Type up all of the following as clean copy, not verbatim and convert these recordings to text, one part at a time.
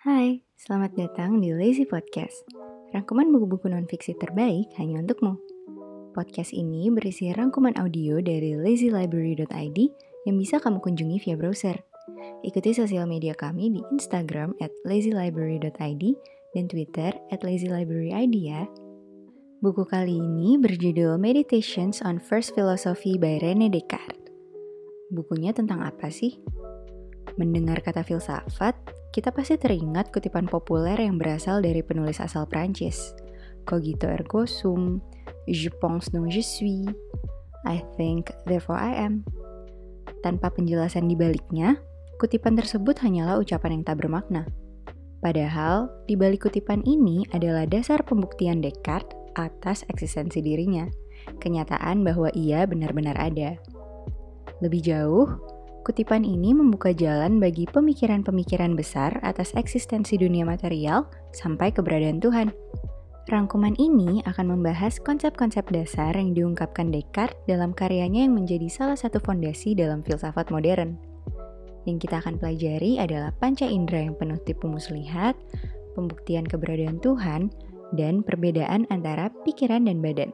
Hai, selamat datang di Lazy Podcast. Rangkuman buku-buku non-fiksi terbaik hanya untukmu. Podcast ini berisi rangkuman audio dari lazylibrary.id yang bisa kamu kunjungi via browser. Ikuti sosial media kami di Instagram @lazylibrary.id dan Twitter @lazylibraryid ya. Buku kali ini berjudul Meditations on First Philosophy by René Descartes. Bukunya tentang apa sih? Mendengar kata filsafat, kita pasti teringat kutipan populer yang berasal dari penulis asal Prancis. Cogito ergo sum, je pense donc je suis, I think therefore I am. Tanpa penjelasan di baliknya, kutipan tersebut hanyalah ucapan yang tak bermakna. Padahal, di balik kutipan ini adalah dasar pembuktian Descartes atas eksistensi dirinya, kenyataan bahwa ia benar-benar ada. Lebih jauh, kutipan ini membuka jalan bagi pemikiran-pemikiran besar atas eksistensi dunia material sampai keberadaan Tuhan. Rangkuman ini akan membahas konsep-konsep dasar yang diungkapkan Descartes dalam karyanya yang menjadi salah satu fondasi dalam filsafat modern. Yang kita akan pelajari adalah panca indera yang penuh tipu muslihat, pembuktian keberadaan Tuhan, dan perbedaan antara pikiran dan badan.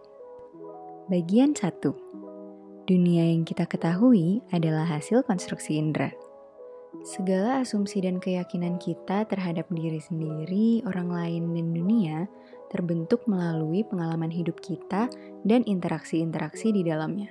Bagian 1. Dunia yang kita ketahui adalah hasil konstruksi indera. Segala asumsi dan keyakinan kita terhadap diri sendiri, orang lain, dan dunia terbentuk melalui pengalaman hidup kita dan interaksi-interaksi di dalamnya.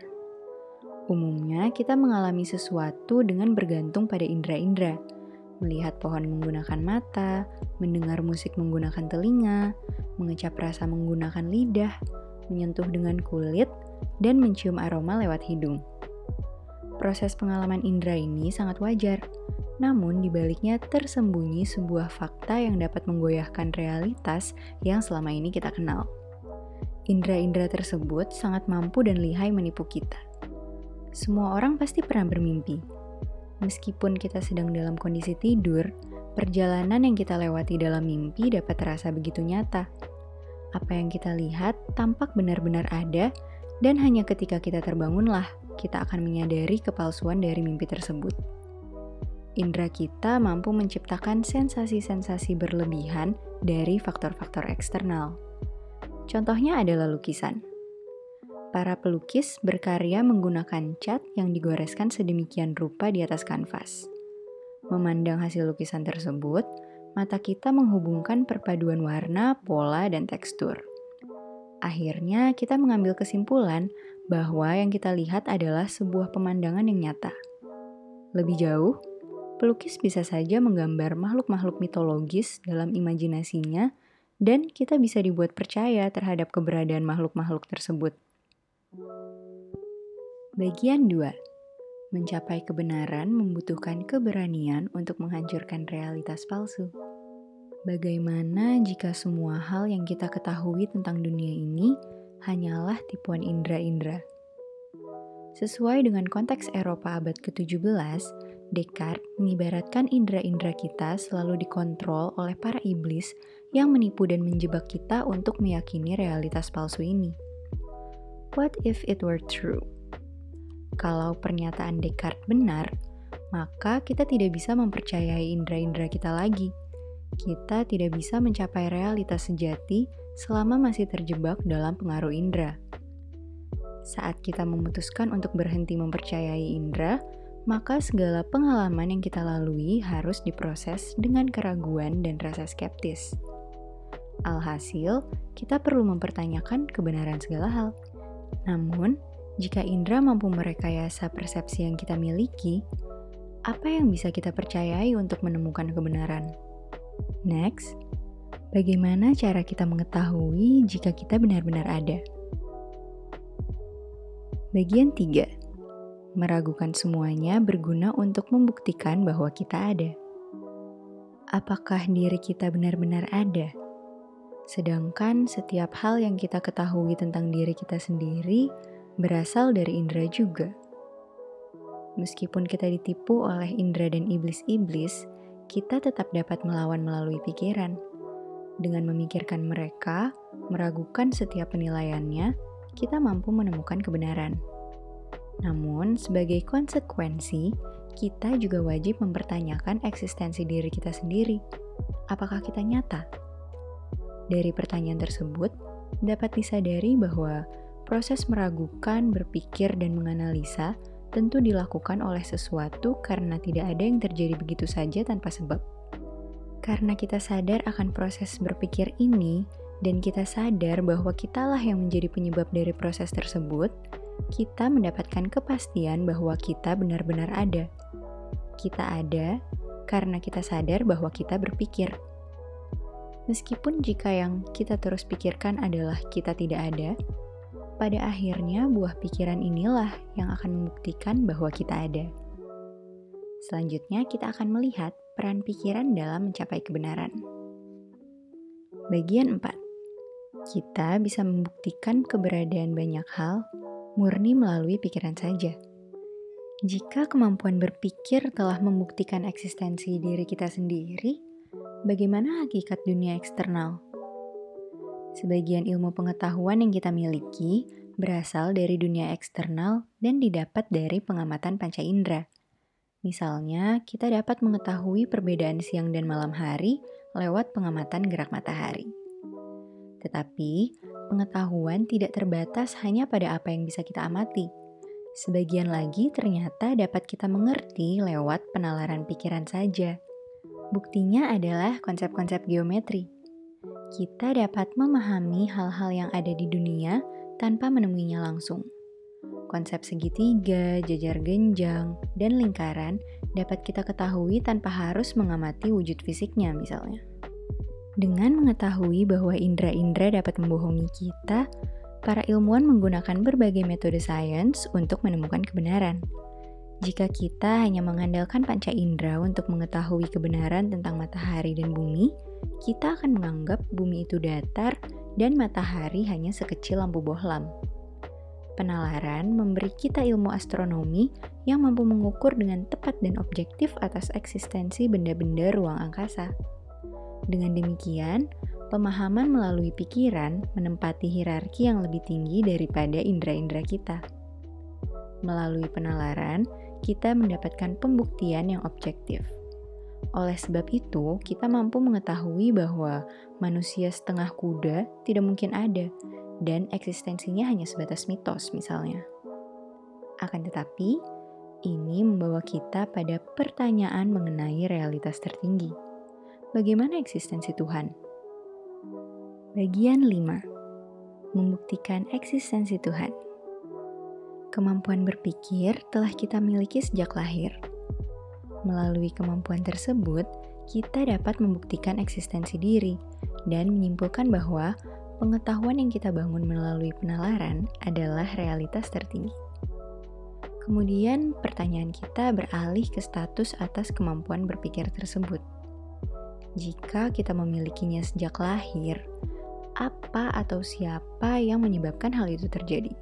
Umumnya, kita mengalami sesuatu dengan bergantung pada indera-indera. Melihat pohon menggunakan mata, mendengar musik menggunakan telinga, mengecap rasa menggunakan lidah, menyentuh dengan kulit, dan mencium aroma lewat hidung. Proses pengalaman indera ini sangat wajar, namun di baliknya tersembunyi sebuah fakta yang dapat menggoyahkan realitas yang selama ini kita kenal. Indera-indera tersebut sangat mampu dan lihai menipu kita. Semua orang pasti pernah bermimpi. Meskipun kita sedang dalam kondisi tidur, perjalanan yang kita lewati dalam mimpi dapat terasa begitu nyata. Apa yang kita lihat tampak benar-benar ada, dan hanya ketika kita terbangunlah, kita akan menyadari kepalsuan dari mimpi tersebut. Indera kita mampu menciptakan sensasi-sensasi berlebihan dari faktor-faktor eksternal. Contohnya adalah lukisan. Para pelukis berkarya menggunakan cat yang digoreskan sedemikian rupa di atas kanvas. Memandang hasil lukisan tersebut, mata kita menghubungkan perpaduan warna, pola, dan tekstur. Akhirnya, kita mengambil kesimpulan bahwa yang kita lihat adalah sebuah pemandangan yang nyata. Lebih jauh, pelukis bisa saja menggambar makhluk-makhluk mitologis dalam imajinasinya, dan kita bisa dibuat percaya terhadap keberadaan makhluk-makhluk tersebut. Bagian 2. Mencapai kebenaran membutuhkan keberanian untuk menghancurkan realitas palsu. Bagaimana jika semua hal yang kita ketahui tentang dunia ini hanyalah tipuan indera-indera? Sesuai dengan konteks Eropa abad ke-17, Descartes mengibaratkan indera-indera kita selalu dikontrol oleh para iblis yang menipu dan menjebak kita untuk meyakini realitas palsu ini. What if it were true? Kalau pernyataan Descartes benar, maka kita tidak bisa mempercayai indera-indera kita lagi. Kita tidak bisa mencapai realitas sejati selama masih terjebak dalam pengaruh indera. Saat kita memutuskan untuk berhenti mempercayai indera, maka segala pengalaman yang kita lalui harus diproses dengan keraguan dan rasa skeptis. Alhasil, kita perlu mempertanyakan kebenaran segala hal. Namun, jika indera mampu merekayasa persepsi yang kita miliki, apa yang bisa kita percayai untuk menemukan kebenaran? Next, bagaimana cara kita mengetahui jika kita benar-benar ada? Bagian 3. Meragukan semuanya berguna untuk membuktikan bahwa kita ada. Apakah diri kita benar-benar ada? Sedangkan setiap hal yang kita ketahui tentang diri kita sendiri berasal dari indera juga. Meskipun kita ditipu oleh indera dan iblis-iblis, kita tetap dapat melawan melalui pikiran. Dengan memikirkan mereka, meragukan setiap penilaiannya, kita mampu menemukan kebenaran. Namun, sebagai konsekuensi, kita juga wajib mempertanyakan eksistensi diri kita sendiri. Apakah kita nyata? Dari pertanyaan tersebut, dapat disadari bahwa proses meragukan, berpikir, dan menganalisa tentu dilakukan oleh sesuatu karena tidak ada yang terjadi begitu saja tanpa sebab. Karena kita sadar akan proses berpikir ini, dan kita sadar bahwa kitalah yang menjadi penyebab dari proses tersebut, kita mendapatkan kepastian bahwa kita benar-benar ada. Kita ada karena kita sadar bahwa kita berpikir. Meskipun jika yang kita terus pikirkan adalah kita tidak ada, pada akhirnya buah pikiran inilah yang akan membuktikan bahwa kita ada. Selanjutnya kita akan melihat peran pikiran dalam mencapai kebenaran. Bagian 4. Kita bisa membuktikan keberadaan banyak hal murni melalui pikiran saja. Jika kemampuan berpikir telah membuktikan eksistensi diri kita sendiri, bagaimana hakikat dunia eksternal? Sebagian ilmu pengetahuan yang kita miliki berasal dari dunia eksternal dan didapat dari pengamatan panca indera. Misalnya, kita dapat mengetahui perbedaan siang dan malam hari lewat pengamatan gerak matahari. Tetapi, pengetahuan tidak terbatas hanya pada apa yang bisa kita amati. Sebagian lagi ternyata dapat kita mengerti lewat penalaran pikiran saja. Buktinya adalah konsep-konsep geometri. Kita dapat memahami hal-hal yang ada di dunia tanpa menemuinya langsung. Konsep segitiga, jajar genjang, dan lingkaran dapat kita ketahui tanpa harus mengamati wujud fisiknya misalnya. Dengan mengetahui bahwa indera-indera dapat membohongi kita, para ilmuwan menggunakan berbagai metode sains untuk menemukan kebenaran. Jika kita hanya mengandalkan panca indera untuk mengetahui kebenaran tentang matahari dan bumi, kita akan menganggap bumi itu datar dan matahari hanya sekecil lampu bohlam. Penalaran memberi kita ilmu astronomi yang mampu mengukur dengan tepat dan objektif atas eksistensi benda-benda ruang angkasa. Dengan demikian, pemahaman melalui pikiran menempati hierarki yang lebih tinggi daripada indera-indera kita. Melalui penalaran, kita mendapatkan pembuktian yang objektif. Oleh sebab itu, kita mampu mengetahui bahwa manusia setengah kuda tidak mungkin ada, dan eksistensinya hanya sebatas mitos misalnya. Akan tetapi, ini membawa kita pada pertanyaan mengenai realitas tertinggi. Bagaimana eksistensi Tuhan? Bagian 5. Membuktikan eksistensi Tuhan. Kemampuan berpikir telah kita miliki sejak lahir. Melalui kemampuan tersebut, kita dapat membuktikan eksistensi diri dan menyimpulkan bahwa pengetahuan yang kita bangun melalui penalaran adalah realitas tertinggi. Kemudian, pertanyaan kita beralih ke status atas kemampuan berpikir tersebut. Jika kita memilikinya sejak lahir, apa atau siapa yang menyebabkan hal itu terjadi?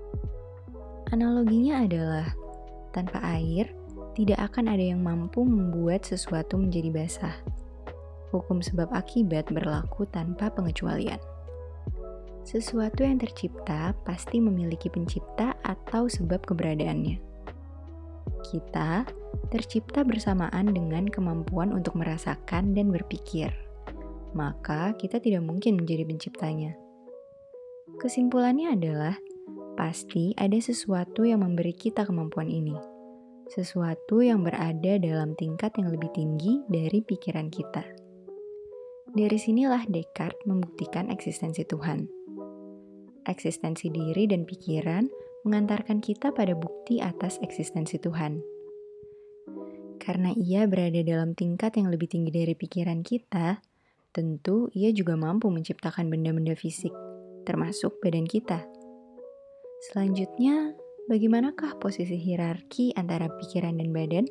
Analoginya adalah, tanpa air, tidak akan ada yang mampu membuat sesuatu menjadi basah. Hukum sebab akibat berlaku tanpa pengecualian. Sesuatu yang tercipta pasti memiliki pencipta atau sebab keberadaannya. Kita tercipta bersamaan dengan kemampuan untuk merasakan dan berpikir. Maka kita tidak mungkin menjadi penciptanya. Kesimpulannya adalah, pasti ada sesuatu yang memberi kita kemampuan ini. Sesuatu yang berada dalam tingkat yang lebih tinggi dari pikiran kita. Dari sinilah Descartes membuktikan eksistensi Tuhan. Eksistensi diri dan pikiran mengantarkan kita pada bukti atas eksistensi Tuhan. Karena ia berada dalam tingkat yang lebih tinggi dari pikiran kita, tentu ia juga mampu menciptakan benda-benda fisik, termasuk badan kita. Selanjutnya, bagaimanakah posisi hierarki antara pikiran dan badan?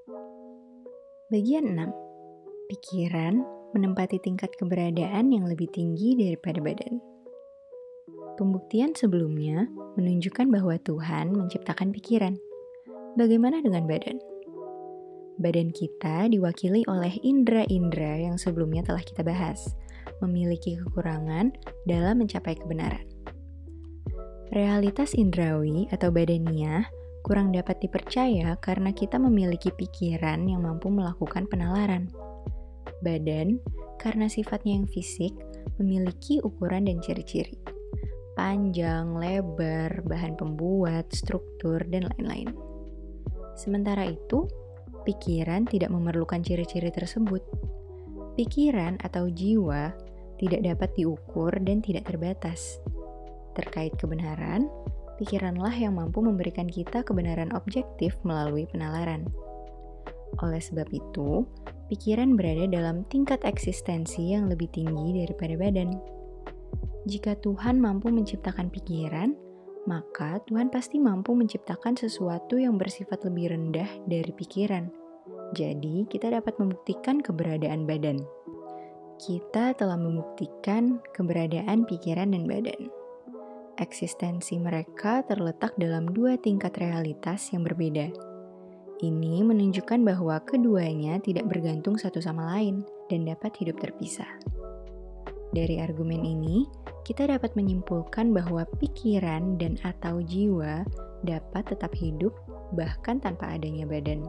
Bagian 6. Pikiran menempati tingkat keberadaan yang lebih tinggi daripada badan. Pembuktian sebelumnya menunjukkan bahwa Tuhan menciptakan pikiran. Bagaimana dengan badan? Badan kita diwakili oleh indera-indera yang sebelumnya telah kita bahas, memiliki kekurangan dalam mencapai kebenaran. Realitas indrawi atau badaniah Kurang dapat dipercaya karena kita memiliki pikiran yang mampu melakukan penalaran. Badan, karena sifatnya yang fisik, memiliki ukuran dan ciri-ciri. Panjang, lebar, bahan pembuat, struktur, dan lain-lain. Sementara itu, pikiran tidak memerlukan ciri-ciri tersebut. Pikiran atau jiwa tidak dapat diukur dan tidak terbatas. Terkait kebenaran, pikiranlah yang mampu memberikan kita kebenaran objektif melalui penalaran. Oleh sebab itu, pikiran berada dalam tingkat eksistensi yang lebih tinggi daripada badan. Jika Tuhan mampu menciptakan pikiran, maka Tuhan pasti mampu menciptakan sesuatu yang bersifat lebih rendah dari pikiran. Jadi, kita dapat membuktikan keberadaan badan. Kita telah membuktikan keberadaan pikiran dan badan. Eksistensi mereka terletak dalam dua tingkat realitas yang berbeda. Ini menunjukkan bahwa keduanya tidak bergantung satu sama lain dan dapat hidup terpisah. Dari argumen ini, kita dapat menyimpulkan bahwa pikiran dan atau jiwa dapat tetap hidup bahkan tanpa adanya badan.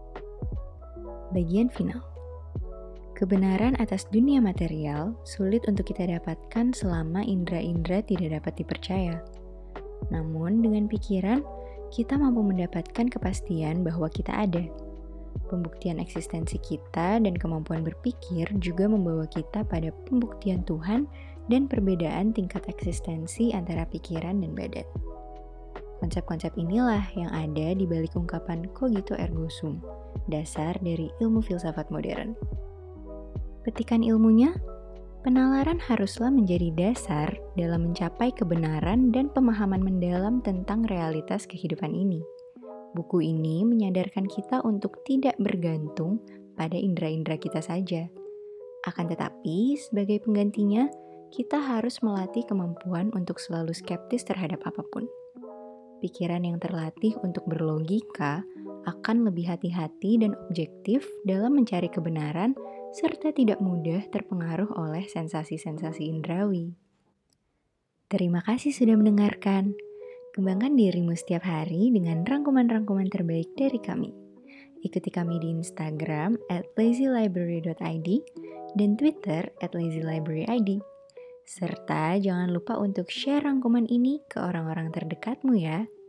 Bagian final. Kebenaran atas dunia material sulit untuk kita dapatkan selama indera-indera tidak dapat dipercaya. Namun dengan pikiran, kita mampu mendapatkan kepastian bahwa kita ada. Pembuktian eksistensi kita dan kemampuan berpikir juga membawa kita pada pembuktian Tuhan dan perbedaan tingkat eksistensi antara pikiran dan badan. Konsep-konsep inilah yang ada di balik ungkapan cogito ergo sum, dasar dari ilmu filsafat modern. Petikan ilmunya, penalaran haruslah menjadi dasar dalam mencapai kebenaran dan pemahaman mendalam tentang realitas kehidupan ini. Buku ini menyadarkan kita untuk tidak bergantung pada indera-indera kita saja. Akan tetapi, sebagai penggantinya, kita harus melatih kemampuan untuk selalu skeptis terhadap apapun. Pikiran yang terlatih untuk berlogika akan lebih hati-hati dan objektif dalam mencari kebenaran serta tidak mudah terpengaruh oleh sensasi-sensasi indrawi. Terima kasih sudah mendengarkan. Kembangkan dirimu setiap hari dengan rangkuman-rangkuman terbaik dari kami. Ikuti kami di Instagram @lazylibrary.id dan Twitter @lazylibraryid. Serta jangan lupa untuk share rangkuman ini ke orang-orang terdekatmu ya.